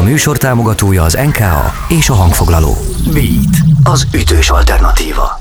műsor támogatója az NKA és a hangfoglaló. Beat, az ütős alternatíva.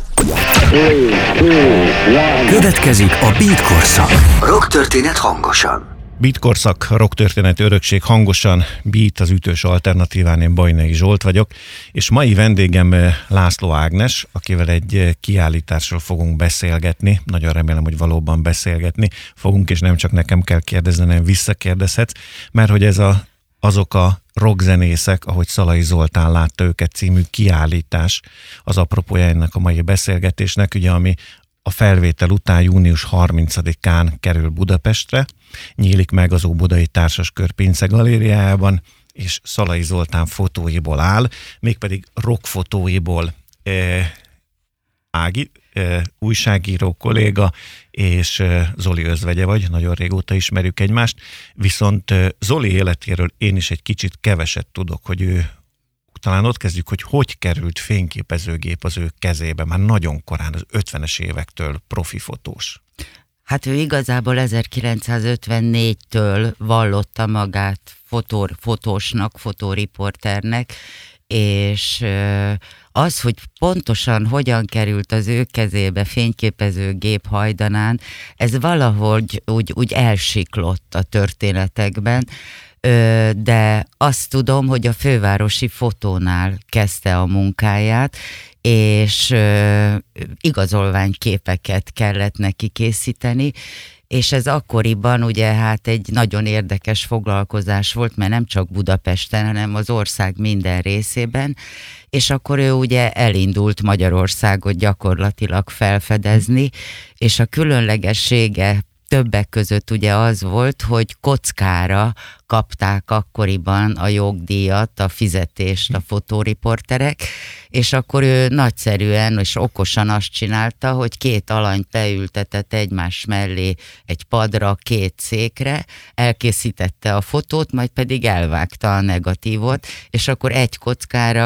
Következik a Beat korszak. Rock történet hangosan. Beat korszak, rock történet örökség hangosan, Beat az ütős alternatíván, én Bajnai Zsolt vagyok, és mai vendégem László Ágnes, akivel egy kiállításról fogunk beszélgetni. Nagyon remélem, hogy valóban beszélgetni fogunk, és nem csak nekem kell kérdezni, hanem visszakérdezhetsz, mert hogy ez azok a rockzenészek, ahogy Szalai Zoltán látta őket című kiállítás az apropója ennek a mai beszélgetésnek, ugye, ami a felvétel után június 30-án kerül Budapestre, nyílik meg az Óbudai Társaskör Pince Galériájában, és Szalai Zoltán fotóiból áll, mégpedig rockfotóiból. Ági, újságíró kolléga, és Zoli özvegye vagy, nagyon régóta ismerjük egymást, viszont Zoli életéről én is egy kicsit keveset tudok, hogy ő, talán ott kezdjük, hogy került fényképezőgép az ő kezébe, már nagyon korán, az 50-es évektől profi fotós. Hát ő igazából 1954-től vallotta magát fotósnak, fotóriporternek, és az, hogy pontosan hogyan került az ő kezébe fényképezőgép hajdanán, ez valahogy úgy elsiklott a történetekben, de azt tudom, hogy a Fővárosi Fotónál kezdte a munkáját, és igazolványképeket kellett neki készíteni, és ez akkoriban ugye hát egy nagyon érdekes foglalkozás volt, mert nem csak Budapesten, hanem az ország minden részében, és akkor ő ugye elindult Magyarországot gyakorlatilag felfedezni, és a különlegessége többek között ugye az volt, hogy kockára kapták akkoriban a jogdíjat, a fizetést a fotóriporterek, és akkor ő nagyszerűen és okosan azt csinálta, hogy két alanyt beültetett egymás mellé egy padra, két székre, elkészítette a fotót, majd pedig elvágta a negatívot, és akkor egy kockára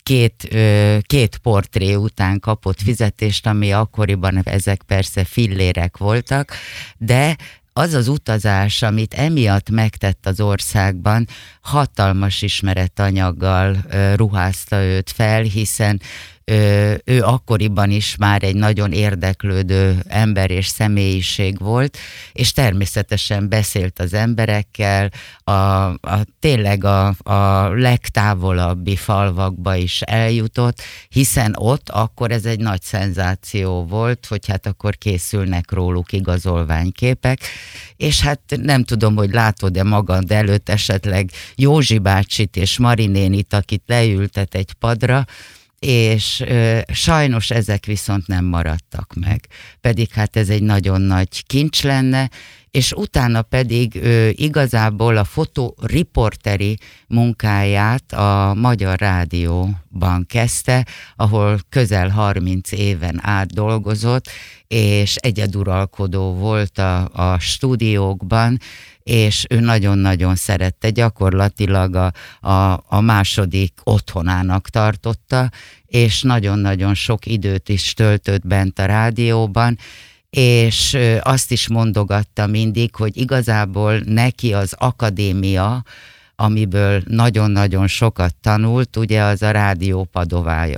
két portré után kapott fizetést, ami akkoriban ezek persze fillérek voltak, de az az utazás, amit emiatt megtett az országban, hatalmas ismeretanyaggal ruházta őt fel, hiszen ő akkoriban is már egy nagyon érdeklődő ember és személyiség volt, és természetesen beszélt az emberekkel, tényleg a legtávolabbi falvakba is eljutott, hiszen ott akkor ez egy nagy szenzáció volt, hogy hát akkor készülnek róluk igazolványképek, és hát nem tudom, hogy látod-e magad előtt esetleg Józsi bácsit és Mari nénit, akit leültet egy padra, és sajnos ezek viszont nem maradtak meg. Pedig hát ez egy nagyon nagy kincs lenne, és utána pedig igazából a fotóriporteri munkáját a Magyar Rádióban kezdte, ahol közel 30 éven át dolgozott, és egyeduralkodó volt a stúdiókban, és ő nagyon-nagyon szerette, gyakorlatilag a második otthonának tartotta, és nagyon-nagyon sok időt is töltött bent a rádióban, és azt is mondogatta mindig, hogy igazából neki az akadémia, amiből nagyon-nagyon sokat tanult, ugye az a Rádió Padovája.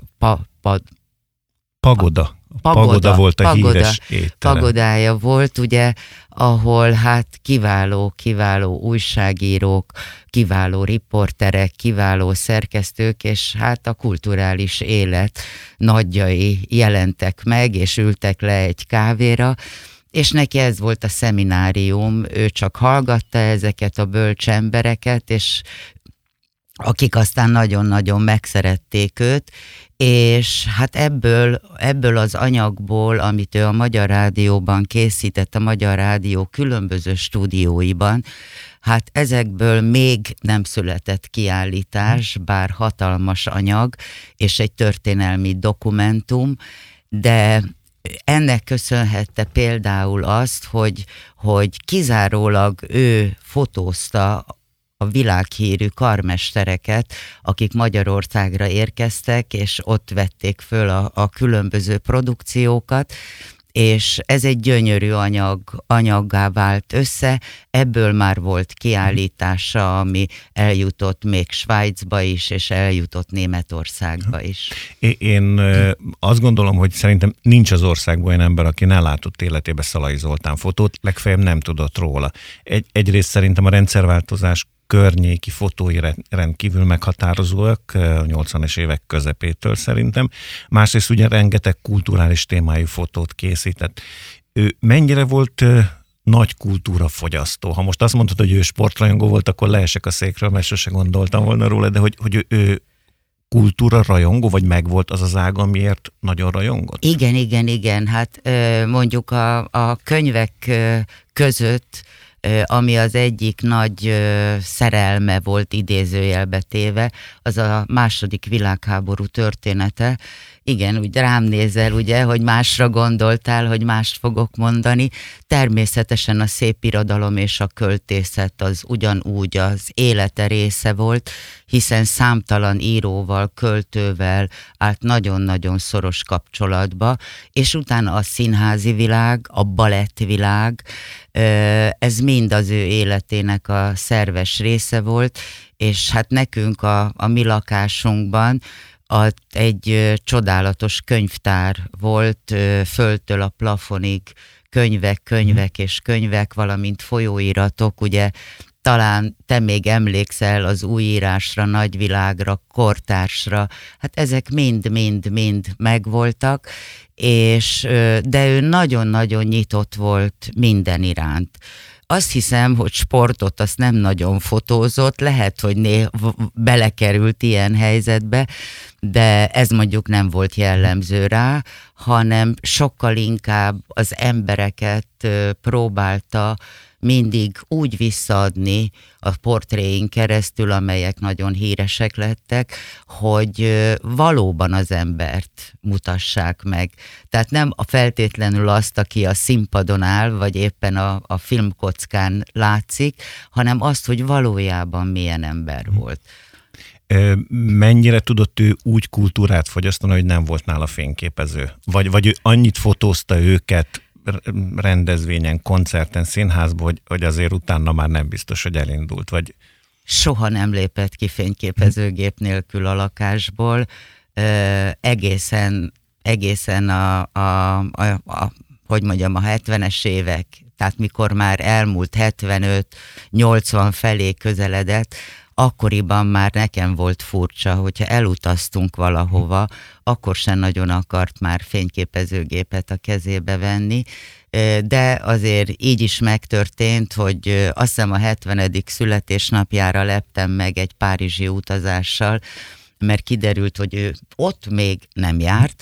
Pagoda volt a híres étterem. Pagodája volt, ugye, ahol hát kiváló újságírók, kiváló riporterek, kiváló szerkesztők, és hát a kulturális élet nagyjai jelentek meg, és ültek le egy kávéra, és neki ez volt a szeminárium, ő csak hallgatta ezeket a bölcs embereket, és akik aztán nagyon-nagyon megszerették őt, és hát ebből az anyagból, amit ő a Magyar Rádióban készített, a Magyar Rádió különböző stúdióiban, hát ezekből még nem született kiállítás, bár hatalmas anyag, és egy történelmi dokumentum, de ennek köszönhette például azt, hogy kizárólag ő fotózta a világhírű karmestereket, akik Magyarországra érkeztek, és ott vették föl a különböző produkciókat, és ez egy gyönyörű anyaggá vált össze, ebből már volt kiállítása, ami eljutott még Svájcba is, és eljutott Németországba is. Én azt gondolom, hogy szerintem nincs az országban olyan ember, aki ne látott életébe Szalai Zoltán fotót, legfeljebb nem tudott róla. Egyrészt szerintem a rendszerváltozás környéki fotói rendkívül meghatározóak, a 80-es évek közepétől szerintem. Másrészt ugye rengeteg kulturális témájú fotót készített. Ő mennyire volt nagy kultúrafogyasztó? Ha most azt mondtad, hogy ő sportrajongó volt, akkor leesek a székről, mert sose gondoltam volna róla, de hogy ő kultúra rajongó, vagy megvolt az az ág, amiért nagyon rajongott? Igen. Hát mondjuk a könyvek között, ami az egyik nagy szerelme volt idézőjelbe téve, az a második világháború története. Igen, úgy rám nézel, ugye, hogy másra gondoltál, hogy mást fogok mondani. Természetesen a szépirodalom és a költészet az ugyanúgy az élete része volt, hiszen számtalan íróval, költővel állt nagyon-nagyon szoros kapcsolatba, és utána a színházi világ, a balettvilág, ez mind az ő életének a szerves része volt, és hát nekünk a mi lakásunkban egy csodálatos könyvtár volt, földtől a plafonig, könyvek és könyvek, valamint folyóiratok, ugye talán te még emlékszel az újírásra, nagyvilágra, kortársra, hát ezek mind megvoltak, de ő nagyon-nagyon nyitott volt minden iránt. Azt hiszem, hogy sportot azt nem nagyon fotózott, lehet, hogy belekerült ilyen helyzetbe, de ez mondjuk nem volt jellemző rá, hanem sokkal inkább az embereket próbálta mindig úgy visszaadni a portréink keresztül, amelyek nagyon híresek lettek, hogy valóban az embert mutassák meg. Tehát nem feltétlenül azt, aki a színpadon áll, vagy éppen a filmkockán látszik, hanem azt, hogy valójában milyen ember volt. Mennyire tudott ő úgy kultúrát fogyasztani, hogy nem volt nála fényképező? Vagy ő annyit fotózta őket rendezvényen, koncerten, színházban, hogy azért utána már nem biztos, hogy elindult, vagy... Soha nem lépett ki fényképezőgép nélkül a lakásból, egészen hogy mondjam, a 70-es évek, tehát mikor már elmúlt 75-80 felé közeledett, akkoriban már nekem volt furcsa, hogyha elutaztunk valahova, akkor sem nagyon akart már fényképezőgépet a kezébe venni, de azért így is megtörtént, hogy azt hiszem a 70. születésnapjára leptem meg egy párizsi utazással, mert kiderült, hogy ő ott még nem járt,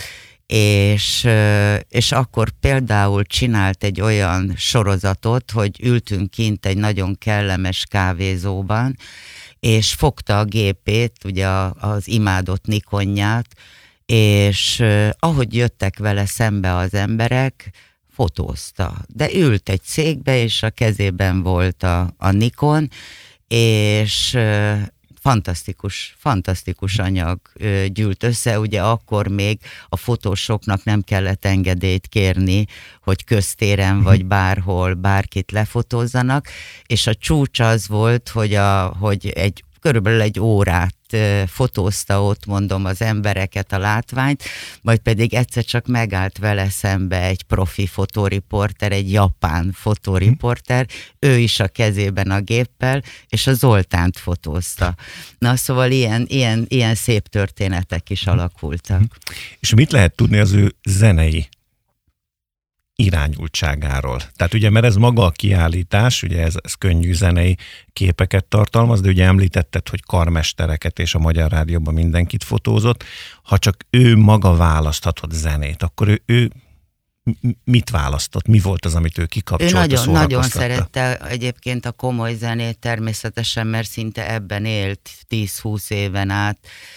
és akkor például csinált egy olyan sorozatot, hogy ültünk kint egy nagyon kellemes kávézóban, és fogta a gépét, ugye az imádott Nikonját, és ahogy jöttek vele szembe az emberek, fotózta. De ült egy székbe, és a kezében volt a Nikon, és fantasztikus anyag gyűlt össze. Ugye akkor még a fotósoknak nem kellett engedélyt kérni, hogy köztéren vagy bárhol bárkit lefotózzanak, és a csúcs az volt, hogy körülbelül egy órát fotózta ott, mondom, az embereket, a látványt, majd pedig egyszer csak megállt vele szembe egy profi fotóriporter, egy japán fotóriporter, ő is a kezében a géppel, és a Zoltánt fotózta. Na, szóval ilyen szép történetek is alakultak. És mit lehet tudni az ő zenei irányultságáról? Tehát ugye, mert ez maga a kiállítás, ugye ez könnyű zenei képeket tartalmaz, de ugye említetted, hogy karmestereket és a Magyar Rádióban mindenkit fotózott. Ha csak ő maga választhatott zenét, akkor ő mit választott? Mi volt az, amit ő kikapcsolta, ő nagyon szerette egyébként a komoly zenét természetesen, mert szinte ebben élt 10-20 éven át,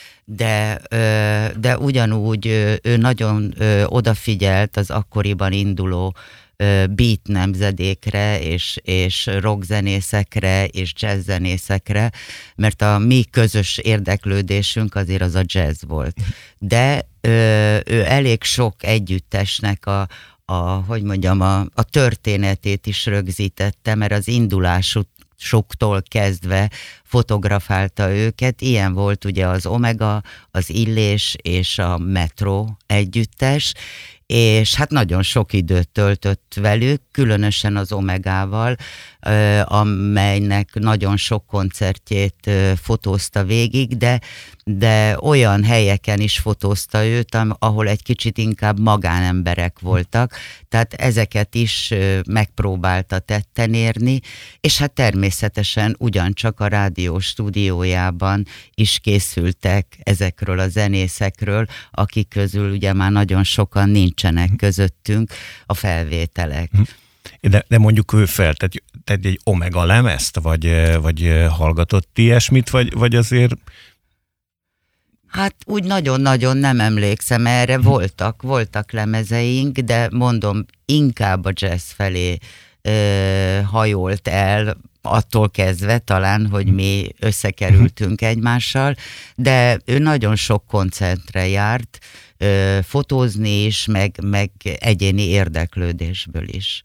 de ugyanúgy ő nagyon odafigyelt az akkoriban induló beat nemzedékre, és rockzenészekre, és jazzzenészekre, mert a mi közös érdeklődésünk azért az a jazz volt. De ő elég sok együttesnek hogy mondjam, a történetét is rögzítette, mert az indulásuktól kezdve fotografálta őket. Ilyen volt ugye az Omega, az Illés és a Metro együttes, és hát nagyon sok időt töltött velük, különösen az Omegával, amelynek nagyon sok koncertjét fotózta végig, de olyan helyeken is fotózta őt, ahol egy kicsit inkább magánemberek voltak, tehát ezeket is megpróbálta tetten érni, és hát természetesen ugyancsak a rádió stúdiójában is készültek ezekről a zenészekről, akik közül ugye már nagyon sokan nincsenek közöttünk a felvételek. De mondjuk ő tehát egy Omega lemezt, vagy hallgatott ilyesmit, vagy azért... Hát úgy nagyon-nagyon nem emlékszem erre, voltak lemezeink, de mondom, inkább a jazz felé hajolt el, attól kezdve talán, hogy mi összekerültünk egymással, de ő nagyon sok koncertre járt, fotózni is, meg egyéni érdeklődésből is.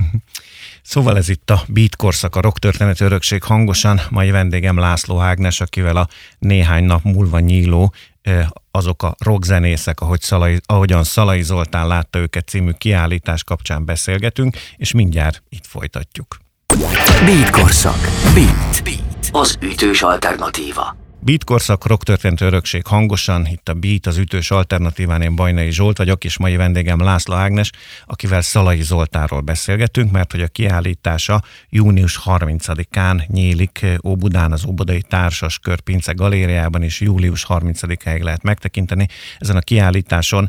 Szóval ez itt a Beat korszak, a rocktörténeti örökség hangosan. Mai vendégem László Ágnes, akivel a néhány nap múlva nyíló Azok a rockzenészek, ahogyan Szalai Zoltán látta őket című kiállítás kapcsán beszélgetünk, és mindjárt itt folytatjuk. Beat korszak. Beat. Az ütős alternatíva. Beat korszak, rocktörténeti örökség hangosan, itt a Beat, az ütős alternatíván, én Bajnai Zsolt vagyok, és mai vendégem László Ágnes, akivel Szalai Zoltánról beszélgetünk, mert hogy a kiállítása június 30-án nyílik Óbudán, az Óbudai Társas Kör Pince Galériában, és július 30-áig lehet megtekinteni. Ezen a kiállításon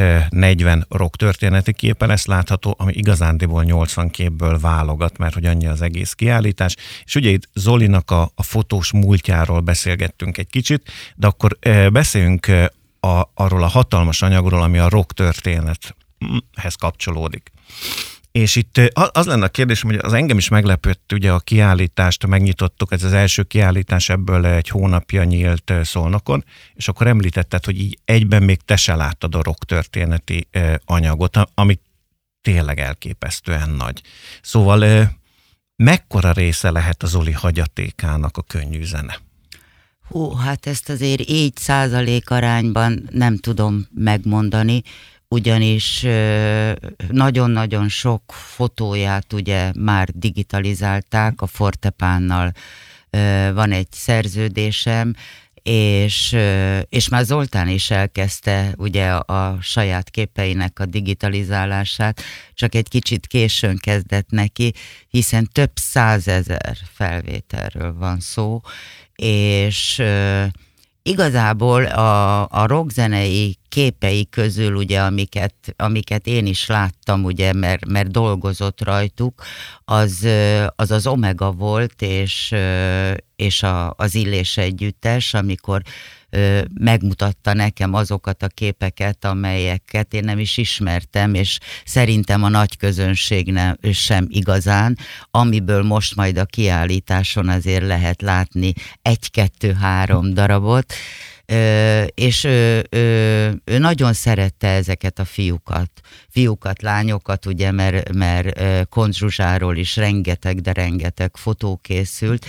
40 rocktörténeti képe lesz látható, ami igazándiból 80 képből válogat, mert hogy annyi az egész kiállítás. És ugye itt Zolinak a fotós múltjáról beszélgettünk egy kicsit, de akkor beszéljünk arról a hatalmas anyagról, ami a rocktörténethez kapcsolódik. És itt az lenne a kérdésem, hogy az engem is meglepett, ugye a kiállítást megnyitottuk, ez az első kiállítás, ebből egy hónapja nyílt Szolnokon, és akkor említetted, hogy így egyben még te se láttad a rocktörténeti anyagot, ami tényleg elképesztően nagy. Szóval mekkora része lehet a Zoli hagyatékának a könnyű zene? Hát ezt azért így százalékarányban nem tudom megmondani, ugyanis nagyon-nagyon sok fotóját ugye már digitalizálták, a Fortepánnal van egy szerződésem, és már Zoltán is elkezdte ugye a saját képeinek a digitalizálását, csak egy kicsit későn kezdett neki, hiszen több 100 000 felvételről van szó, és igazából a rockzenei képei közül, ugye, amiket én is láttam, ugye, mert dolgozott rajtuk, az Omega volt, és az Illés együttes, amikor megmutatta nekem azokat a képeket, amelyeket én nem is ismertem, és szerintem a nagy közönség sem igazán, amiből most majd a kiállításon azért lehet látni 1-2-3 darabot, és ő nagyon szerette ezeket a fiúkat, lányokat, ugye, mert Koncz Zsuzsáról is rengeteg fotó készült,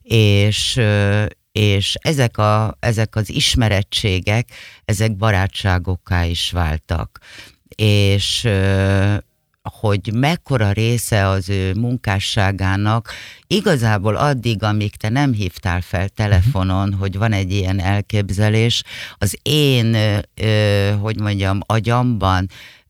és ezek az ismerettségek, ezek barátságokká is váltak. És hogy mekkora része az ő munkásságának, igazából addig, amíg te nem hívtál fel telefonon, hogy van egy ilyen elképzelés, az én, agyamban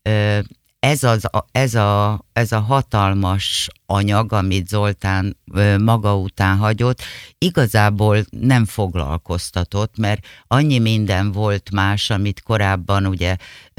ez a hatalmas anyag, amit Zoltán maga után hagyott, igazából nem foglalkoztatott, mert annyi minden volt más, amit korábban ugye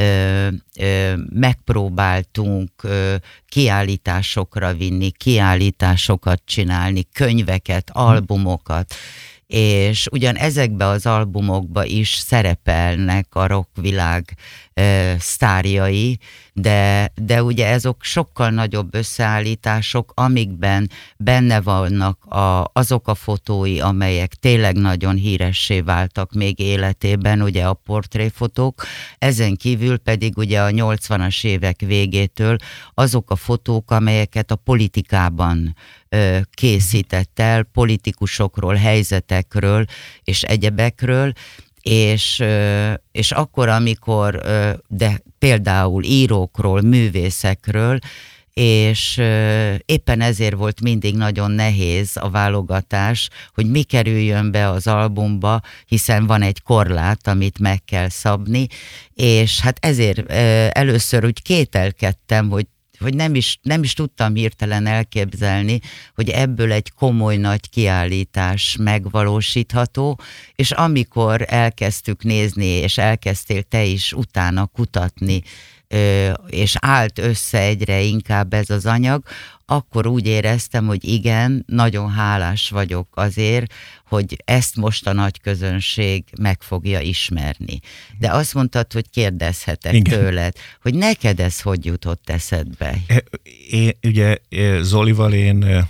megpróbáltunk kiállításokra vinni, kiállításokat csinálni, könyveket, albumokat, és ugyan ezekbe az albumokba is szerepelnek a rockvilág sztárjai, de ugye ezok sokkal nagyobb összeállítások, amikben benne vannak azok a fotói, amelyek tényleg nagyon híressé váltak még életében, ugye a portréfotók, ezen kívül pedig ugye a 80-as évek végétől azok a fotók, amelyeket a politikában készített el, politikusokról, helyzetekről és egyebekről, és akkor, amikor, de például írókról, művészekről, és éppen ezért volt mindig nagyon nehéz a válogatás, hogy mi kerüljön be az albumba, hiszen van egy korlát, amit meg kell szabni, és hát ezért először úgy kételkedtem, hogy nem is tudtam hirtelen elképzelni, hogy ebből egy komoly nagy kiállítás megvalósítható, és amikor elkezdtük nézni, és elkezdtél te is utána kutatni, és állt össze egyre inkább ez az anyag, akkor úgy éreztem, hogy igen, nagyon hálás vagyok azért, hogy ezt most a nagy közönség meg fogja ismerni. De azt mondtad, hogy kérdezhetek tőled, hogy neked ez hogy jutott eszedbe? Ugye Zolival én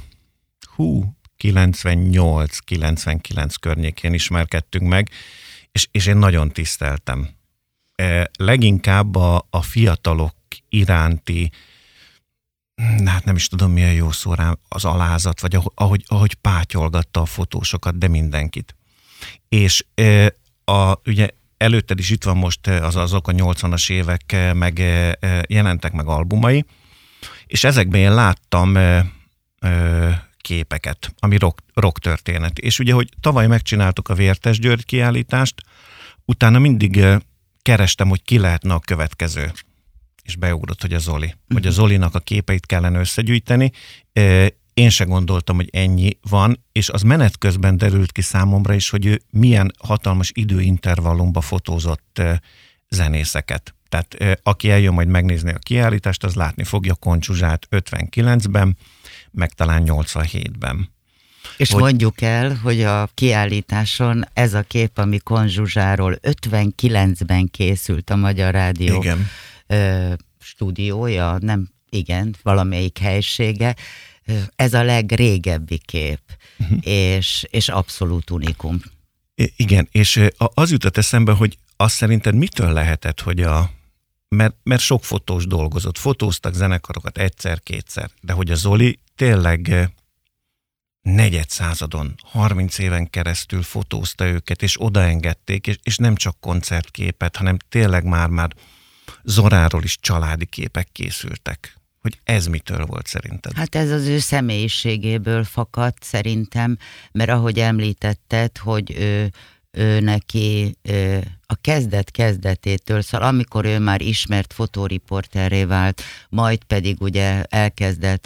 98-99 környékén ismerkedtünk meg, és én nagyon tiszteltem. Leginkább a fiatalok iránti, hát nem is tudom milyen jó szó rá, az alázat, vagy ahogy pátyolgatta a fotósokat, de mindenkit. És ugye előtted is itt van most azok a 80-as évek, meg jelentek meg albumai, és ezekben én láttam képeket, ami rock történet. És ugye, hogy tavaly megcsináltuk a Vértes György kiállítást, utána mindig kerestem, hogy ki lehetne a következő. És beugrott, hogy a Zoli. Hogy a Zolinak a képeit kellene összegyűjteni. Én se gondoltam, hogy ennyi van, és az menet közben derült ki számomra is, hogy ő milyen hatalmas időintervallumba fotózott zenészeket. Tehát aki eljön majd megnézni a kiállítást, az látni fogja Koncsuzsát 59-ben, meg talán 87-ben. És mondjuk el, hogy a kiállításon ez a kép, ami Konzsuzsáról 59-ben készült a Magyar Rádió stúdiója, nem, igen, valamelyik helysége, ez a legrégebbi kép, és abszolút unikum. Igen, és az jutott eszembe, hogy azt szerinted mitől lehetett, hogy mert sok fotós dolgozott, fotóztak zenekarokat egyszer-kétszer, de hogy a Zoli tényleg negyedszázadon, 30 éven keresztül fotózta őket, és odaengedték, és nem csak koncertképet, hanem tényleg már Zoráról is családi képek készültek. Hogy ez mitől volt szerinted? Hát ez az ő személyiségéből fakadt szerintem, mert ahogy említetted, hogy ő neki a kezdetétől, szóval amikor ő már ismert fotóriporterré vált, majd pedig ugye elkezdett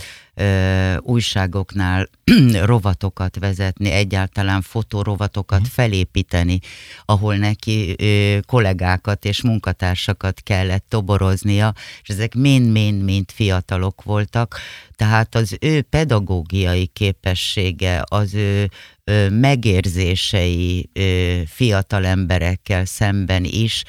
újságoknál rovatokat vezetni, egyáltalán fotórovatokat felépíteni, ahol neki kollégákat és munkatársakat kellett toboroznia, és ezek mind fiatalok voltak, tehát az ő pedagógiai képessége, az ő megérzései fiatal emberekkel szemben is,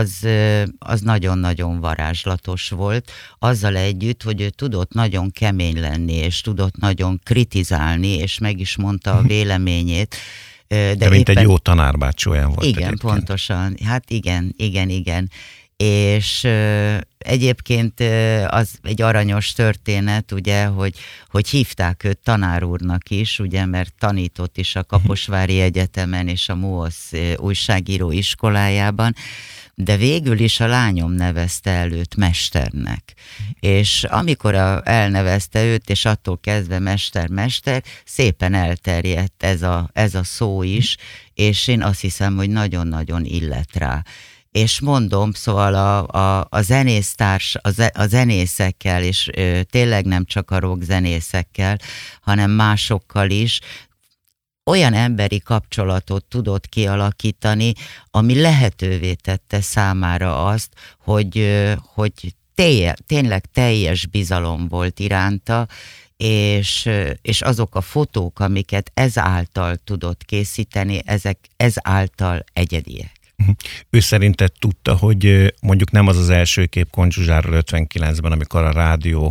az nagyon-nagyon varázslatos volt. Azzal együtt, hogy ő tudott nagyon kemény lenni, és tudott nagyon kritizálni, és meg is mondta a véleményét. De mint egy jó tanárbácsi olyan volt. Igen, egyébként. Pontosan. Hát igen. És egyébként az egy aranyos történet, ugye, hogy hívták őt tanár úrnak is, ugye, mert tanított is a Kaposvári Egyetemen és a MUOSZ újságíró iskolájában, de végül is a lányom nevezte el őt mesternek. És amikor elnevezte őt, és attól kezdve mester, szépen elterjedt ez a szó is, és én azt hiszem, hogy nagyon-nagyon illet rá. És mondom, szóval a zenészekkel, és tényleg nem csak a rock zenészekkel, hanem másokkal is, olyan emberi kapcsolatot tudott kialakítani, ami lehetővé tette számára azt, hogy tényleg teljes bizalom volt iránta, és azok a fotók, amiket ezáltal tudott készíteni, ezek ezáltal egyediek. Ő szerinted tudta, hogy mondjuk nem az első kép Koncsuzsáról 59-ben, amikor a rádió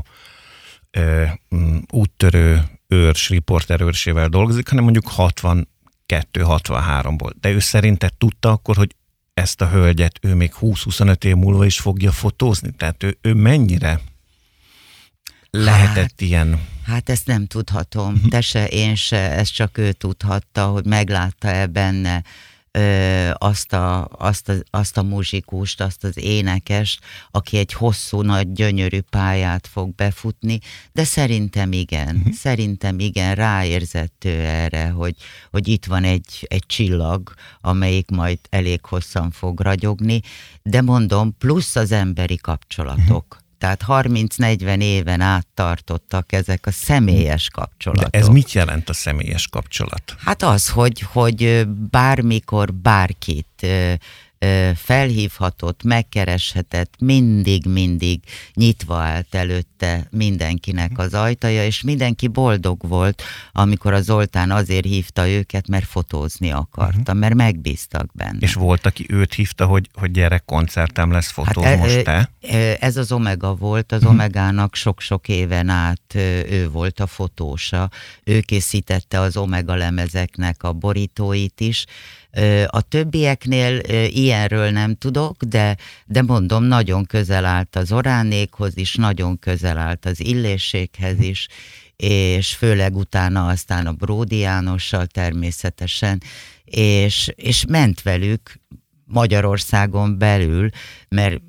úttörő őrs, riporter őrsével dolgozik, hanem mondjuk 62-63-ból. De ő szerinted tudta akkor, hogy ezt a hölgyet ő még 20-25 év múlva is fogja fotózni? Tehát ő mennyire lehetett ilyen? Hát ezt nem tudhatom. Te se, én se, ezt csak ő tudhatta, hogy meglátta-e benne azt a muzsikust, azt az énekest, aki egy hosszú, nagy, gyönyörű pályát fog befutni, de szerintem igen, ráérzett ő erre, hogy itt van egy csillag, amelyik majd elég hosszan fog ragyogni, de mondom, plusz az emberi kapcsolatok. Tehát 30-40 éven át tartottak ezek a személyes kapcsolatok. De ez mit jelent a személyes kapcsolat? Hát az, hogy bármikor bárkit felhívhatott, megkereshetett, mindig nyitva állt előtte mindenkinek az ajtaja, és mindenki boldog volt, amikor a Zoltán azért hívta őket, mert fotózni akarta, mert megbíztak benne. És volt, aki őt hívta, hogy gyere, koncertem lesz, fotóz most te? Ez az Omega volt, az Omegának sok-sok éven át ő volt a fotósa. Ő készítette az Omega lemezeknek a borítóit is. A többieknél ilyenről nem tudok, de mondom, nagyon közel állt az Oránékhoz is, nagyon közel állt az Illésékhez is, és főleg utána aztán a Bródi Jánossal természetesen, és ment velük Magyarországon belül, mert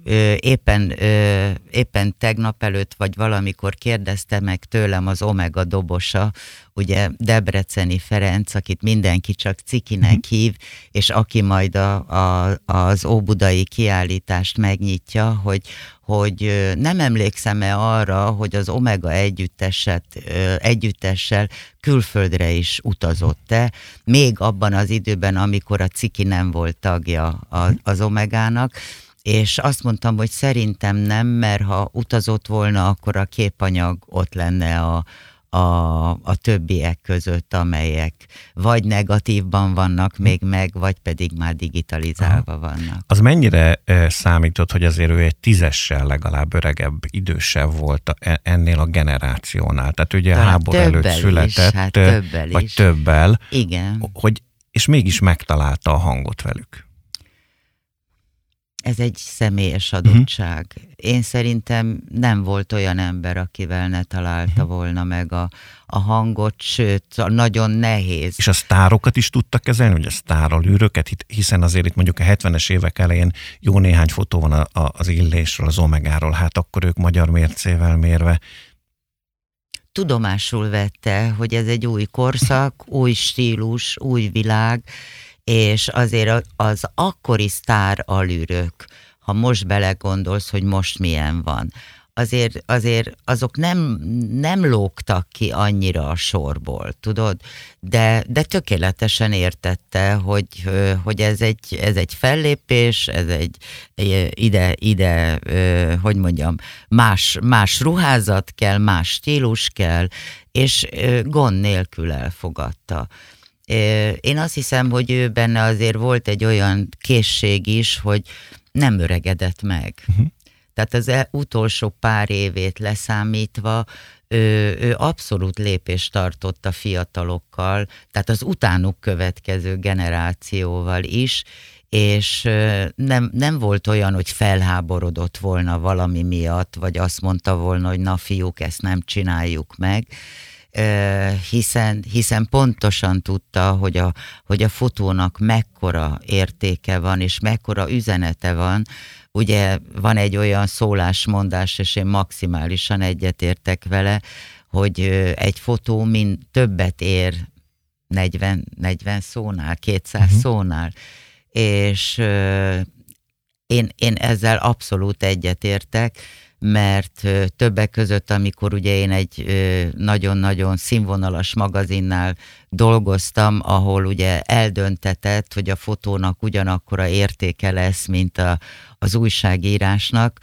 éppen tegnap előtt, vagy valamikor kérdezte meg tőlem az Omega dobosa, ugye Debreceni Ferenc, akit mindenki csak Cikinek hív, és aki majd az óbudai kiállítást megnyitja, hogy nem emlékszem-e arra, hogy az Omega együttessel külföldre is utazott-e, még abban az időben, amikor a Ciki nem volt tagja az Omegának, és azt mondtam, hogy szerintem nem, mert ha utazott volna, akkor a képanyag ott lenne a többiek között, amelyek vagy negatívban vannak még meg, vagy pedig már digitalizálva vannak. Az mennyire számított, hogy azért ő egy 10-essel legalább öregebb, idősebb volt ennél a generációnál? Tehát ugye talán háború előtt született, vagy többel. Igen. És mégis megtalálta a hangot velük. Ez egy személyes adottság. Én szerintem nem volt olyan ember, akivel ne találta volna meg a hangot, sőt, nagyon nehéz. És a sztárokat is tudtak kezelni, vagy a sztáralűröket, hiszen azért itt mondjuk a 70-es évek elején jó néhány fotó van az Illésről, az Omegáról, hát akkor ők magyar mércével mérve. Tudomásul vette, hogy ez egy új korszak, új stílus, új világ, és azért az akkori sztár alűrök, ha most belegondolsz, hogy most milyen van, azért azok nem lógtak ki annyira a sorból, tudod? De tökéletesen értette, hogy ez egy fellépés, ez egy ide hogy mondjam, más ruházat kell, más stílus kell, és gond nélkül elfogadta. Én azt hiszem, hogy ő benne azért volt egy olyan készség is, hogy nem öregedett meg. Tehát az utolsó pár évét leszámítva ő abszolút lépést tartott a fiatalokkal, tehát az utánuk következő generációval is, és nem volt olyan, hogy felháborodott volna valami miatt, vagy azt mondta volna, hogy na fiúk, ezt nem csináljuk meg, hiszen pontosan tudta, hogy a fotónak mekkora értéke van, és mekkora üzenete van. Ugye van egy olyan szólásmondás, és én maximálisan egyetértek vele, hogy egy fotó többet ér 40 szónál, 200 szónál, és én ezzel abszolút egyetértek, mert többek között, amikor ugye én egy nagyon-nagyon színvonalas magazinnál dolgoztam, ahol ugye eldöntetett, hogy a fotónak ugyanakkora értéke lesz, mint az újságírásnak,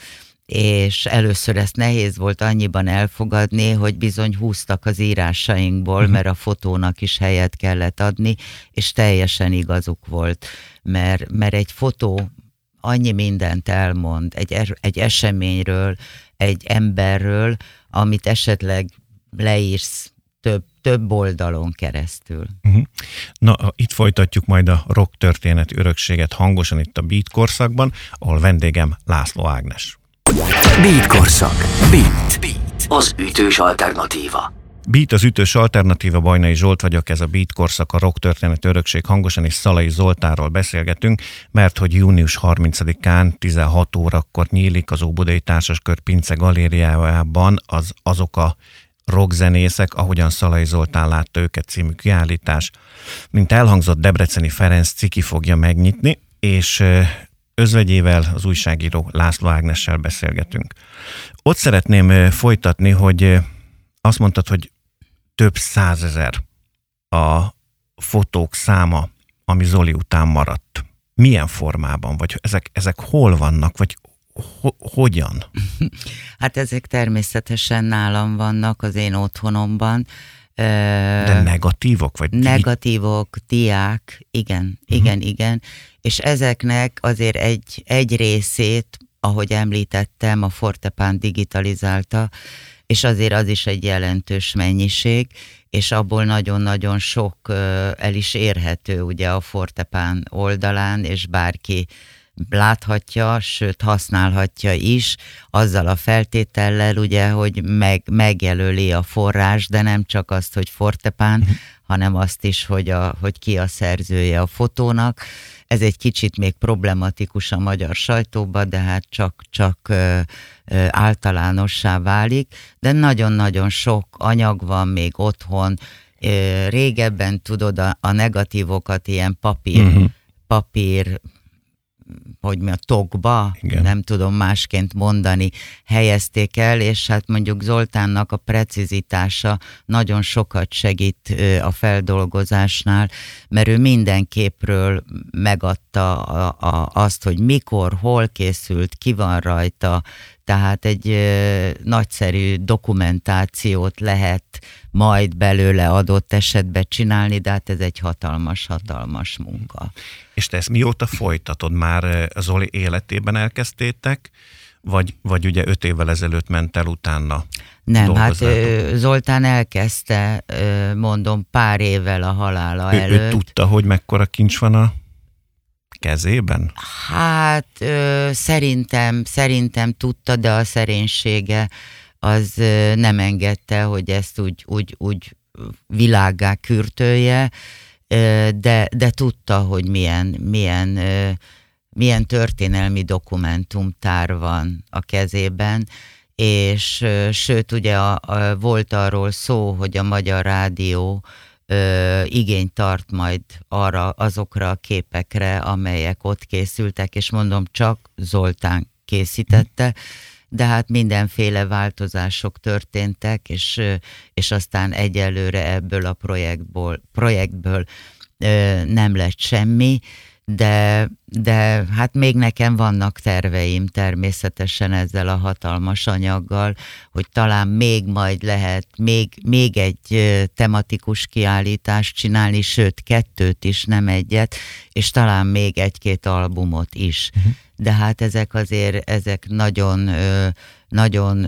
és először ezt nehéz volt annyiban elfogadni, hogy bizony húztak az írásainkból, mert a fotónak is helyet kellett adni, és teljesen igazuk volt, mert egy fotó annyi mindent elmond egy eseményről, egy emberről, amit esetleg leírsz több oldalon keresztül. Na, itt folytatjuk majd a rock történeti örökséget hangosan itt a Beat korszakban, ahol vendégem László Ágnes. Beat korszak. Beat. Az ütős alternatíva. Beat az ütős alternatíva, Bajnai Zsolt vagyok, ez a Beat korszak, a rock történet örökség hangosan, és Szalai Zoltánról beszélgetünk, mert hogy június 30-án 16 órakor nyílik az Óbudai Társaskör Pince galériájában azok a rockzenészek, ahogyan Szalai Zoltán látta őket című kiállítás. Mint elhangzott, debreceni Ferenc Ciki fogja megnyitni, és özvegyével, az újságíró László Ágnessel beszélgetünk. Ott szeretném folytatni, hogy azt mondtad, hogy több százezer a fotók száma, ami Zoli után maradt. Milyen formában? Vagy ezek hol vannak? Vagy hogyan? Hát ezek természetesen nálam vannak, az én otthonomban. De negatívok? Vagy negatívok, diák, igen. És ezeknek azért egy részét, ahogy említettem, a Fortepán digitalizálta, és azért az is egy jelentős mennyiség, és abból nagyon-nagyon sok el is érhető ugye a Fortepán oldalán, és bárki láthatja, sőt használhatja is, azzal a feltétellel ugye, hogy megjelöli a forrás, de nem csak azt, hogy Fortepán, hanem azt is, hogy ki a szerzője a fotónak. Ez egy kicsit még problematikus a magyar sajtóban, de hát csak általánossá válik, de nagyon-nagyon sok anyag van még otthon. Régebben tudod a negatívokat ilyen papír, hogy mi a tokba, nem tudom másként mondani, helyezték el, és hát mondjuk Zoltánnak a precizitása nagyon sokat segít a feldolgozásnál, mert ő minden képről megadta azt, hogy mikor, hol készült, ki van rajta, tehát egy nagyszerű dokumentációt lehet majd belőle adott esetben csinálni, de hát ez egy hatalmas munka. És te ezt mióta folytatod? Már Zoli életében elkezdtétek, vagy ugye 5 évvel ezelőtt ment el utána? Nem, hát Zoltán elkezdte, mondom, pár évvel a halála előtt. Ő tudta, hogy mekkora kincs van a kezében? Hát szerintem tudta, de a szerénysége az nem engedte, hogy ezt úgy világgá kürtölje, de tudta, hogy milyen történelmi dokumentumtár van a kezében, és sőt ugye volt arról szó, hogy a Magyar Rádió igényt tart majd azokra a képekre, amelyek ott készültek, és mondom, csak Zoltán készítette, de hát mindenféle változások történtek, és aztán egyelőre ebből a projektből nem lett semmi, de hát még nekem vannak terveim természetesen ezzel a hatalmas anyaggal, hogy talán még majd lehet még egy tematikus kiállítást csinálni, sőt 2 is, nem 1, és talán még 1-2 albumot is. De hát ezek nagyon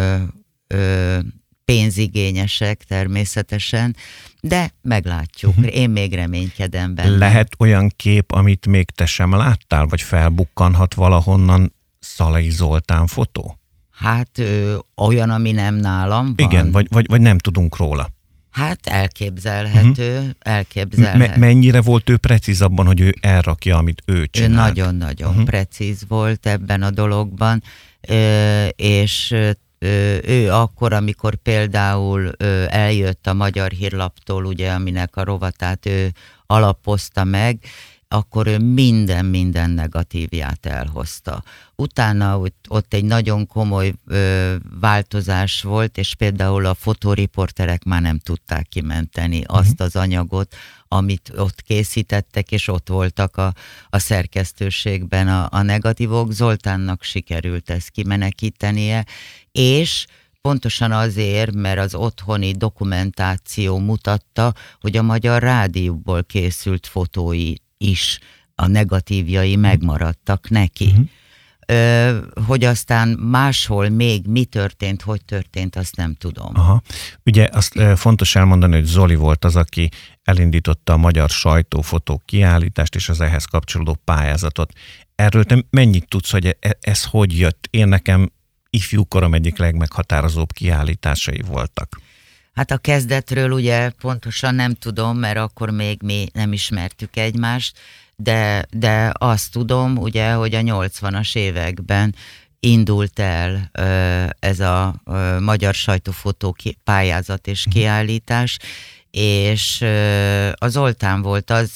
pénzigényesek természetesen, de meglátjuk. Én még reménykedem benne. Lehet olyan kép, amit még te sem láttál, vagy felbukkanhat valahonnan Szalai Zoltán fotó? Hát olyan, ami nem nálam van. Igen, vagy nem tudunk róla. Hát elképzelhető. Mennyire volt ő precíz abban, hogy ő elrakja, amit ő csinált? Nagyon-nagyon precíz volt ebben a dologban, és ő akkor, amikor például eljött a Magyar Hírlaptól, ugye, aminek a rovatát ő alapozta meg, akkor ő minden negatívját elhozta. Utána ott egy nagyon komoly változás volt, és például a fotóriporterek már nem tudták kimenteni azt az anyagot, amit ott készítettek, és ott voltak a szerkesztőségben a negatívok. Zoltánnak sikerült ezt kimenekítenie, és pontosan azért, mert az otthoni dokumentáció mutatta, hogy a Magyar Rádióból készült fotói is, a negatívjai megmaradtak neki. Hogy aztán máshol még mi történt, hogy történt, azt nem tudom. Aha. Ugye azt fontos elmondani, hogy Zoli volt az, aki elindította a Magyar Sajtófotó kiállítást és az ehhez kapcsolódó pályázatot. Erről te mennyit tudsz, hogy ez hogy jött? Én nekem ifjúkorom egyik legmeghatározóbb kiállításai voltak. Hát a kezdetről ugye pontosan nem tudom, mert akkor még mi nem ismertük egymást, de azt tudom, ugye, hogy a 80-as években indult el ez a Magyar Sajtófotó pályázat és kiállítás, és a Zoltán volt az,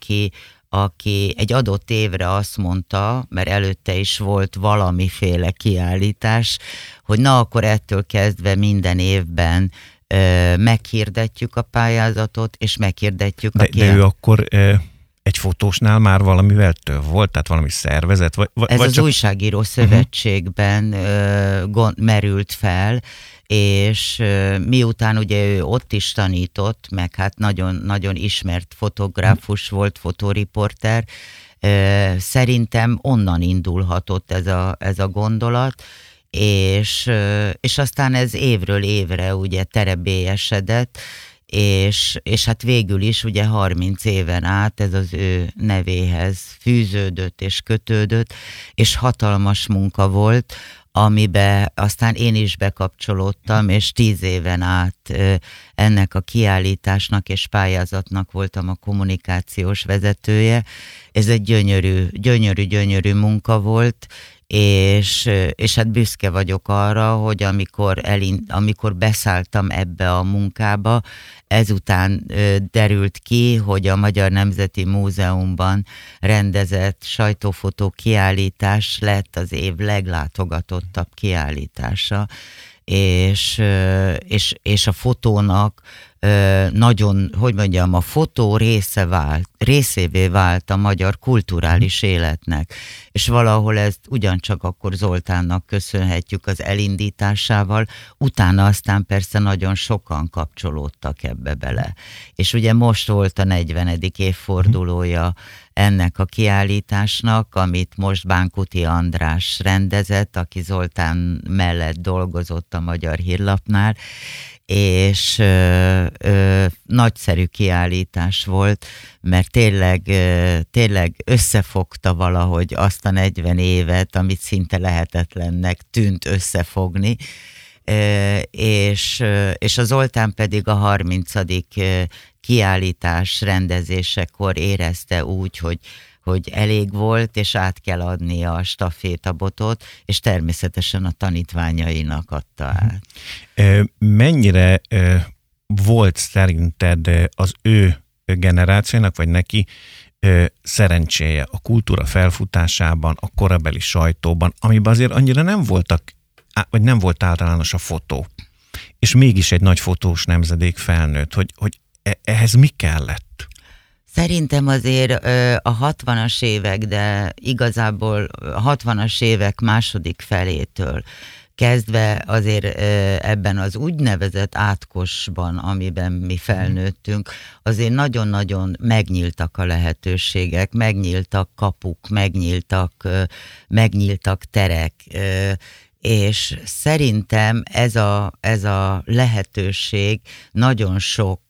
aki egy adott évre azt mondta, mert előtte is volt valamiféle kiállítás, hogy na akkor ettől kezdve minden évben meghirdetjük a pályázatot, és meghirdetjük a De ő akkor egy fotósnál már valamivel több volt? Tehát valami szervezet? Ez az Újságíró Szövetségben merült fel, és miután ugye ő ott is tanított, meg hát nagyon ismert fotográfus volt, fotóriporter, szerintem onnan indulhatott ez a gondolat, és aztán ez évről évre ugye terebélyesedett, és hát végül is ugye 30 éven át ez az ő nevéhez fűződött és kötődött, és hatalmas munka volt, amiben aztán én is bekapcsolódtam, és 10 éven át ennek a kiállításnak és pályázatnak voltam a kommunikációs vezetője. Ez egy gyönyörű munka volt, és hát büszke vagyok arra, hogy amikor beszálltam ebbe a munkába, ezután derült ki, hogy a Magyar Nemzeti Múzeumban rendezett sajtófotó kiállítás lett az év leglátogatottabb kiállítása, és a fotónak nagyon, hogy mondjam, a fotó részévé vált a magyar kulturális életnek, és valahol ezt ugyancsak akkor Zoltánnak köszönhetjük az elindításával, utána aztán persze nagyon sokan kapcsolódtak ebbe bele. És ugye most volt a 40. évfordulója ennek a kiállításnak, amit most Bánkuti András rendezett, aki Zoltán mellett dolgozott a Magyar Hírlapnál, és nagyszerű kiállítás volt, mert tényleg összefogta valahogy azt a 40 évet, amit szinte lehetetlennek tűnt összefogni, és a Zoltán pedig a 30. kiállítás rendezésekor érezte úgy, hogy elég volt, és át kell adni a stafétabotot, és természetesen a tanítványainak adta át. Mennyire volt szerinted az ő generációnak, vagy neki szerencséje a kultúra felfutásában, a korabeli sajtóban, amiben azért annyira nem voltak, vagy nem volt általános a fotó, és mégis egy nagy fotós nemzedék felnőtt, hogy ehhez mi kellett? Szerintem azért a 60-as évek, de igazából a 60-as évek második felétől kezdve azért ebben az úgynevezett átkosban, amiben mi felnőttünk, azért nagyon-nagyon megnyíltak a lehetőségek, megnyíltak kapuk, megnyíltak terek, és szerintem ez a lehetőség nagyon sok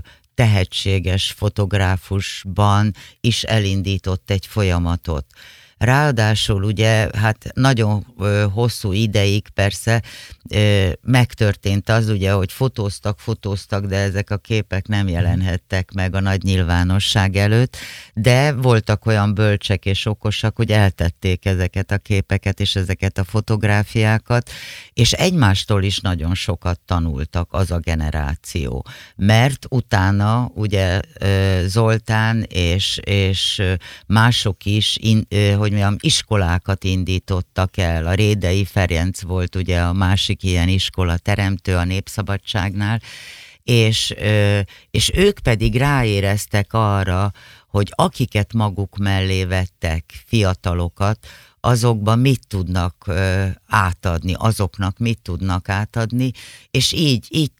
tehetséges fotográfusban is elindított egy folyamatot. Ráadásul ugye hát nagyon hosszú ideig persze megtörtént az ugye, hogy fotóztak, de ezek a képek nem jelenhettek meg a nagy nyilvánosság előtt, de voltak olyan bölcsek és okosak, hogy eltették ezeket a képeket és ezeket a fotográfiákat, és egymástól is nagyon sokat tanultak az a generáció, mert utána ugye Zoltán és mások is, hogy mondjam, iskolákat indítottak el. A Rédei Ferenc volt ugye a másik ilyen iskola teremtő a Népszabadságnál, és ők pedig ráéreztek arra, hogy akiket maguk mellé vettek, fiatalokat, azokban mit tudnak átadni, azoknak mit tudnak átadni, és így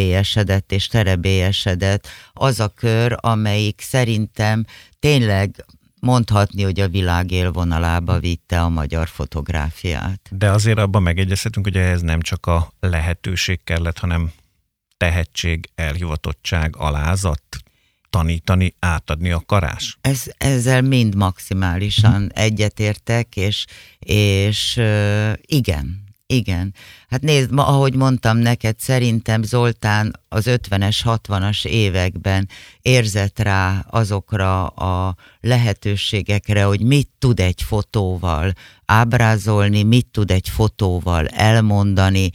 terebélyesedett az a kör, amelyik szerintem tényleg mondhatni, hogy a világ élvonalába vitte a magyar fotográfiát. De azért abban megegyezhetünk, hogy ehhez nem csak a lehetőség kellett, hanem tehetség, elhivatottság, alázat, tanítani, átadni akarás. Ezzel mind maximálisan egyetértek, és igen. Hát nézd, ahogy mondtam neked, szerintem Zoltán az 50-es, 60-as években érzett rá azokra a lehetőségekre, hogy mit tud egy fotóval ábrázolni, mit tud egy fotóval elmondani,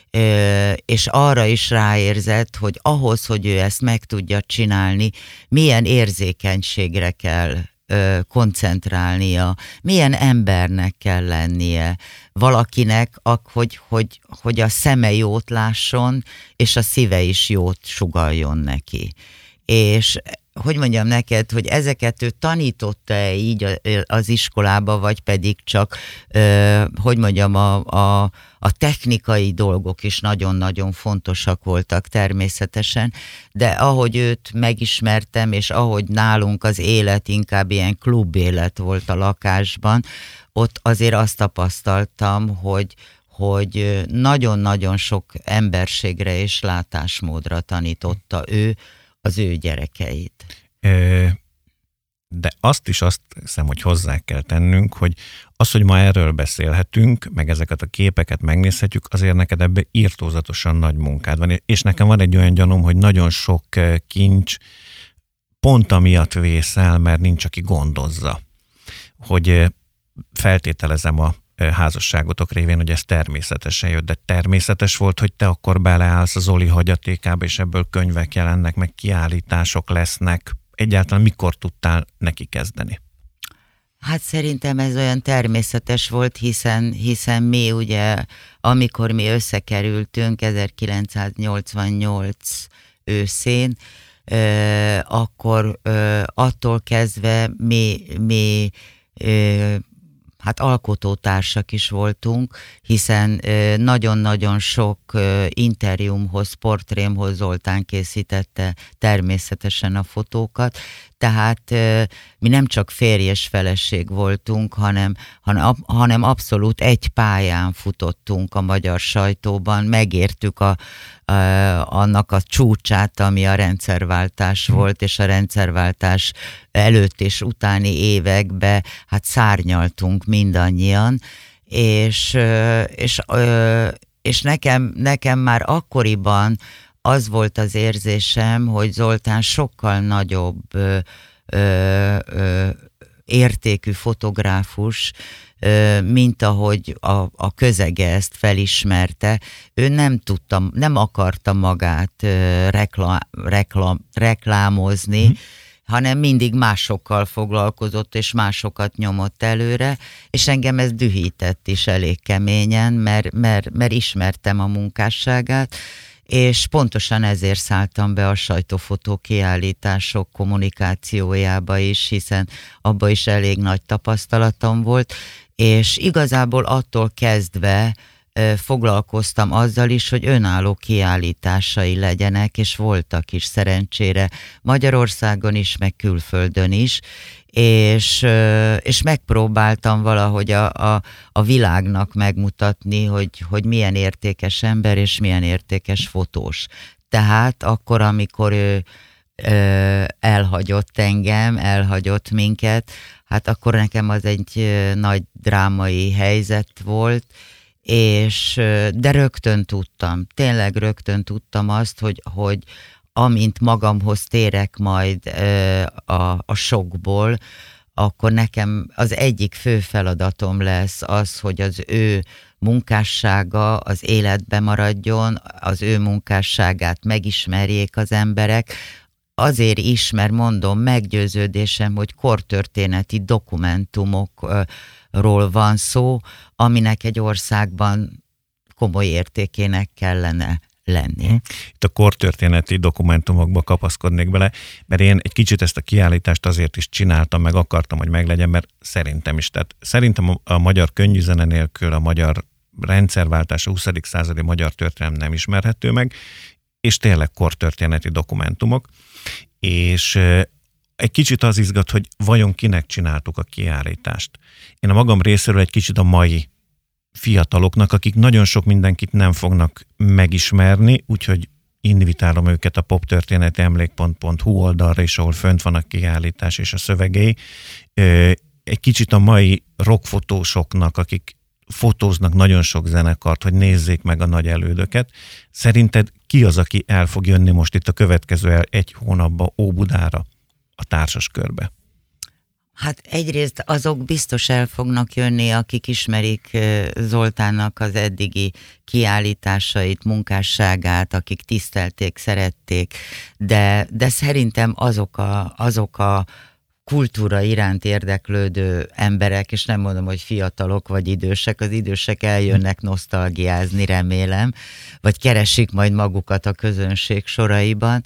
és arra is ráérzett, hogy ahhoz, hogy ő ezt meg tudja csinálni, milyen érzékenységre kell koncentrálnia, milyen embernek kell lennie, valakinek, hogy a szeme jót lásson, és a szíve is jót sugalljon neki. És hogy mondjam neked, hogy ezeket ő tanította így az iskolába, vagy pedig csak, hogy mondjam, a technikai dolgok is nagyon-nagyon fontosak voltak természetesen, de ahogy őt megismertem, és ahogy nálunk az élet inkább ilyen klubélet volt a lakásban, ott azért azt tapasztaltam, hogy nagyon-nagyon sok emberségre és látásmódra tanította ő az ő gyerekeit. De azt hiszem, hogy hozzá kell tennünk, hogy az, hogy ma erről beszélhetünk, meg ezeket a képeket megnézhetjük, azért neked ebbe irtózatosan nagy munkád van. És nekem van egy olyan gyanúm, hogy nagyon sok kincs pont amiatt vészel, mert nincs, aki gondozza. Hogy feltételezem a házasságotok révén, hogy ez természetesen jött, de természetes volt, hogy te akkor beleállsz az Zoli hagyatékába, és ebből könyvek jelennek, meg kiállítások lesznek. Egyáltalán mikor tudtál neki kezdeni? Hát szerintem ez olyan természetes volt, hiszen mi ugye, amikor mi összekerültünk 1988 őszén, akkor attól kezdve mi hát alkotótársak is voltunk, hiszen nagyon-nagyon sok interjúmhoz, portrémhoz Zoltán készítette természetesen a fotókat, tehát mi nem csak férj és feleség voltunk, hanem abszolút egy pályán futottunk a magyar sajtóban, megértük annak a csúcsát, ami a rendszerváltás volt, és a rendszerváltás előtt és utáni években hát szárnyaltunk mindannyian, és nekem már akkoriban az volt az érzésem, hogy Zoltán sokkal nagyobb értékű fotográfus, mint ahogy a közege ezt felismerte. Ő nem akarta magát reklámozni, hanem mindig másokkal foglalkozott, és másokat nyomott előre, és engem ez dühített is elég keményen, mert ismertem a munkásságát, és pontosan ezért szálltam be a sajtófotó kiállítások kommunikációjába is, hiszen abba is elég nagy tapasztalatom volt, és igazából attól kezdve foglalkoztam azzal is, hogy önálló kiállításai legyenek, és voltak is szerencsére Magyarországon is, meg külföldön is, és megpróbáltam valahogy a világnak megmutatni, hogy milyen értékes ember, és milyen értékes fotós. Tehát akkor, amikor ő elhagyott engem, elhagyott minket, hát akkor nekem az egy nagy drámai helyzet volt, de tényleg rögtön tudtam azt, hogy amint magamhoz térek majd a sokból, akkor nekem az egyik fő feladatom lesz az, hogy az ő munkássága az életbe maradjon, az ő munkásságát megismerjék az emberek, azért is, mert mondom, meggyőződésem, hogy kortörténeti dokumentumokról van szó, aminek egy országban komoly értékének kellene lenni. Itt a kortörténeti dokumentumokba kapaszkodnék bele, mert én egy kicsit ezt a kiállítást azért is csináltam, meg akartam, hogy meglegyen, mert szerintem is. Tehát szerintem a magyar könnyűzene nélkül a magyar rendszerváltás, a 20. századi magyar történelem nem ismerhető meg, és tényleg kortörténeti dokumentumok, és egy kicsit az izgat, hogy vajon kinek csináltuk a kiállítást. Én a magam részéről egy kicsit a mai fiataloknak, akik nagyon sok mindenkit nem fognak megismerni, úgyhogy invitálom őket a poptörténetemlék.hu oldalra is, ahol fönt van a kiállítás és a szövegei. Egy kicsit a mai rockfotósoknak, akik fotóznak nagyon sok zenekart, hogy nézzék meg a nagy elődöket. Szerinted ki az, aki el fog jönni most itt a következő egy hónapban Óbudára a társaskörbe? Hát egyrészt azok biztos el fognak jönni, akik ismerik Zoltánnak az eddigi kiállításait, munkásságát, akik tisztelték, szerették, de szerintem azok a kultúra iránt érdeklődő emberek, és nem mondom, hogy fiatalok vagy idősek, az idősek eljönnek nosztalgiázni, remélem, vagy keresik majd magukat a közönség soraiban,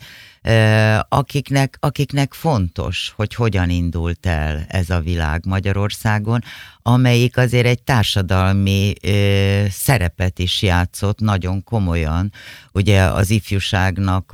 akiknek fontos, hogy hogyan indult el ez a világ Magyarországon, amelyik azért egy társadalmi szerepet is játszott nagyon komolyan, ugye az ifjúságnak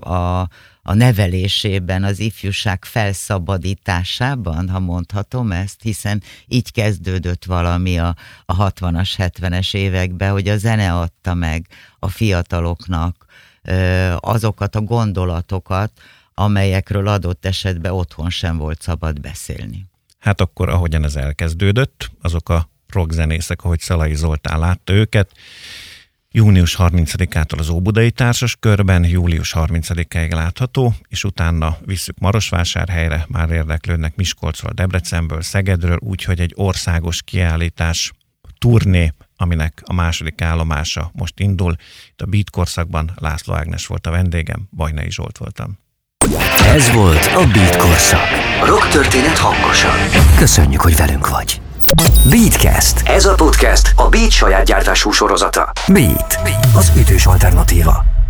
a nevelésében, az ifjúság felszabadításában, ha mondhatom ezt, hiszen így kezdődött valami a 60-as, 70-es években, hogy a zene adta meg a fiataloknak azokat a gondolatokat, amelyekről adott esetben otthon sem volt szabad beszélni. Hát akkor, ahogyan ez elkezdődött, azok a rockzenészek, ahogy Szalai Zoltán látta őket, június 30-ától az Óbudai Társaskörben, július 30-áig látható, és utána visszük Marosvásárhelyre, már érdeklődnek Miskolcról, Debrecenből, Szegedről, úgyhogy egy országos kiállítás, turné, aminek a második állomása most indul. Itt a Beat korszakban László Ágnes volt a vendégem, Bajnai Zsolt voltam. Ez volt a Beat korszak. Rock történet hangosan. Köszönjük, hogy velünk vagy. Beatcast. Ez a podcast a Beat saját gyártású sorozata. Beat, az ütős alternatíva.